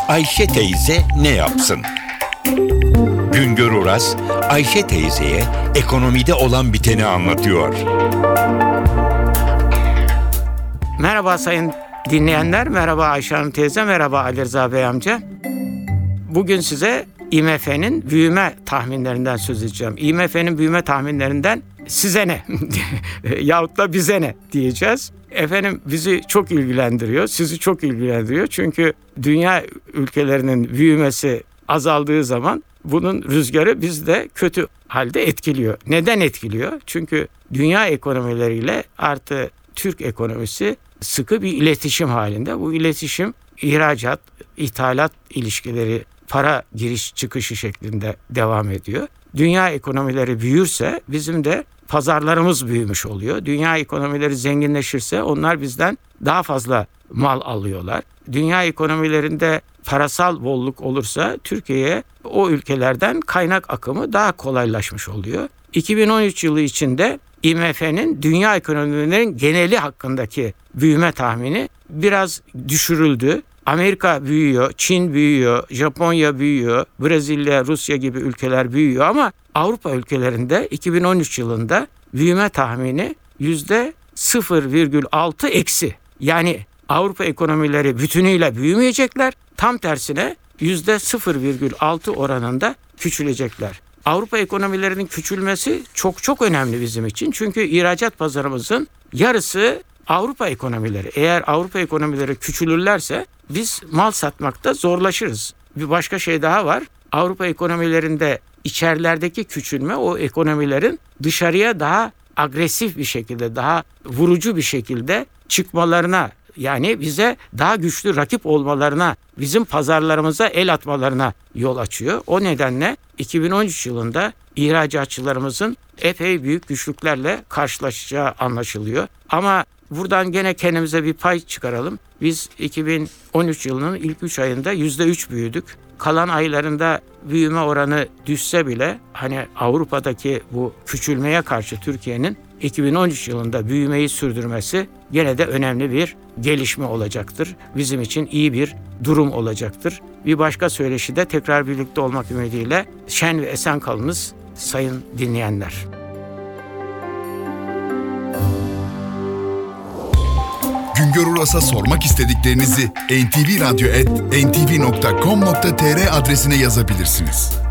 Ayşe teyze ne yapsın? Güngör Oras, Ayşe teyzeye ekonomide olan biteni anlatıyor. Merhaba sayın dinleyenler, merhaba Ayşe Hanım teyze, merhaba Ali Rıza Bey amca. Bugün size IMF'nin büyüme tahminlerinden söz edeceğim. IMF'nin büyüme tahminlerinden size ne yahut da bize ne diyeceğiz. Efendim bizi çok ilgilendiriyor, sizi çok ilgilendiriyor. Çünkü dünya ülkelerinin büyümesi azaldığı zaman bunun rüzgarı bizde kötü halde etkiliyor. Neden etkiliyor? Çünkü dünya ekonomileriyle artı Türk ekonomisi sıkı bir iletişim halinde. Bu iletişim ihracat, ithalat ilişkileri, para giriş çıkışı şeklinde devam ediyor. Dünya ekonomileri büyürse bizim de pazarlarımız büyümüş oluyor. Dünya ekonomileri zenginleşirse onlar bizden daha fazla mal alıyorlar. Dünya ekonomilerinde parasal bolluk olursa Türkiye'ye o ülkelerden kaynak akımı daha kolaylaşmış oluyor. 2013 yılı içinde IMF'nin dünya ekonomilerinin geneli hakkındaki büyüme tahmini biraz düşürüldü. Amerika büyüyor, Çin büyüyor, Japonya büyüyor, Brezilya, Rusya gibi ülkeler büyüyor ama Avrupa ülkelerinde 2013 yılında büyüme tahmini %0,6 eksi. Yani Avrupa ekonomileri bütünüyle büyümeyecekler, tam tersine %0,6 oranında küçülecekler. Avrupa ekonomilerinin küçülmesi çok önemli bizim için. Çünkü ihracat pazarımızın yarısı Avrupa ekonomileri. Eğer Avrupa ekonomileri küçülürlerse biz mal satmakta zorlaşırız. Bir başka şey daha var. Avrupa ekonomilerinde içerilerdeki küçülme o ekonomilerin dışarıya daha agresif bir şekilde, daha vurucu bir şekilde çıkmalarına, yani bize daha güçlü rakip olmalarına, bizim pazarlarımıza el atmalarına yol açıyor. O nedenle 2013 yılında ihracatçılarımızın epey büyük güçlüklerle karşılaşacağı anlaşılıyor. Ama buradan gene kendimize bir pay çıkaralım. Biz 2013 yılının ilk 3 ayında %3 büyüdük. Kalan aylarında büyüme oranı düşse bile hani Avrupa'daki bu küçülmeye karşı Türkiye'nin 2013 yılında büyümeyi sürdürmesi gene de önemli bir gelişme olacaktır. Bizim için iyi bir durum olacaktır. Bir başka söyleşide tekrar birlikte olmak ümidiyle şen ve esen kalınız sayın dinleyenler. Güngör Oras'a sormak istediklerinizi ntvradyo@ntv.com.tr adresine yazabilirsiniz.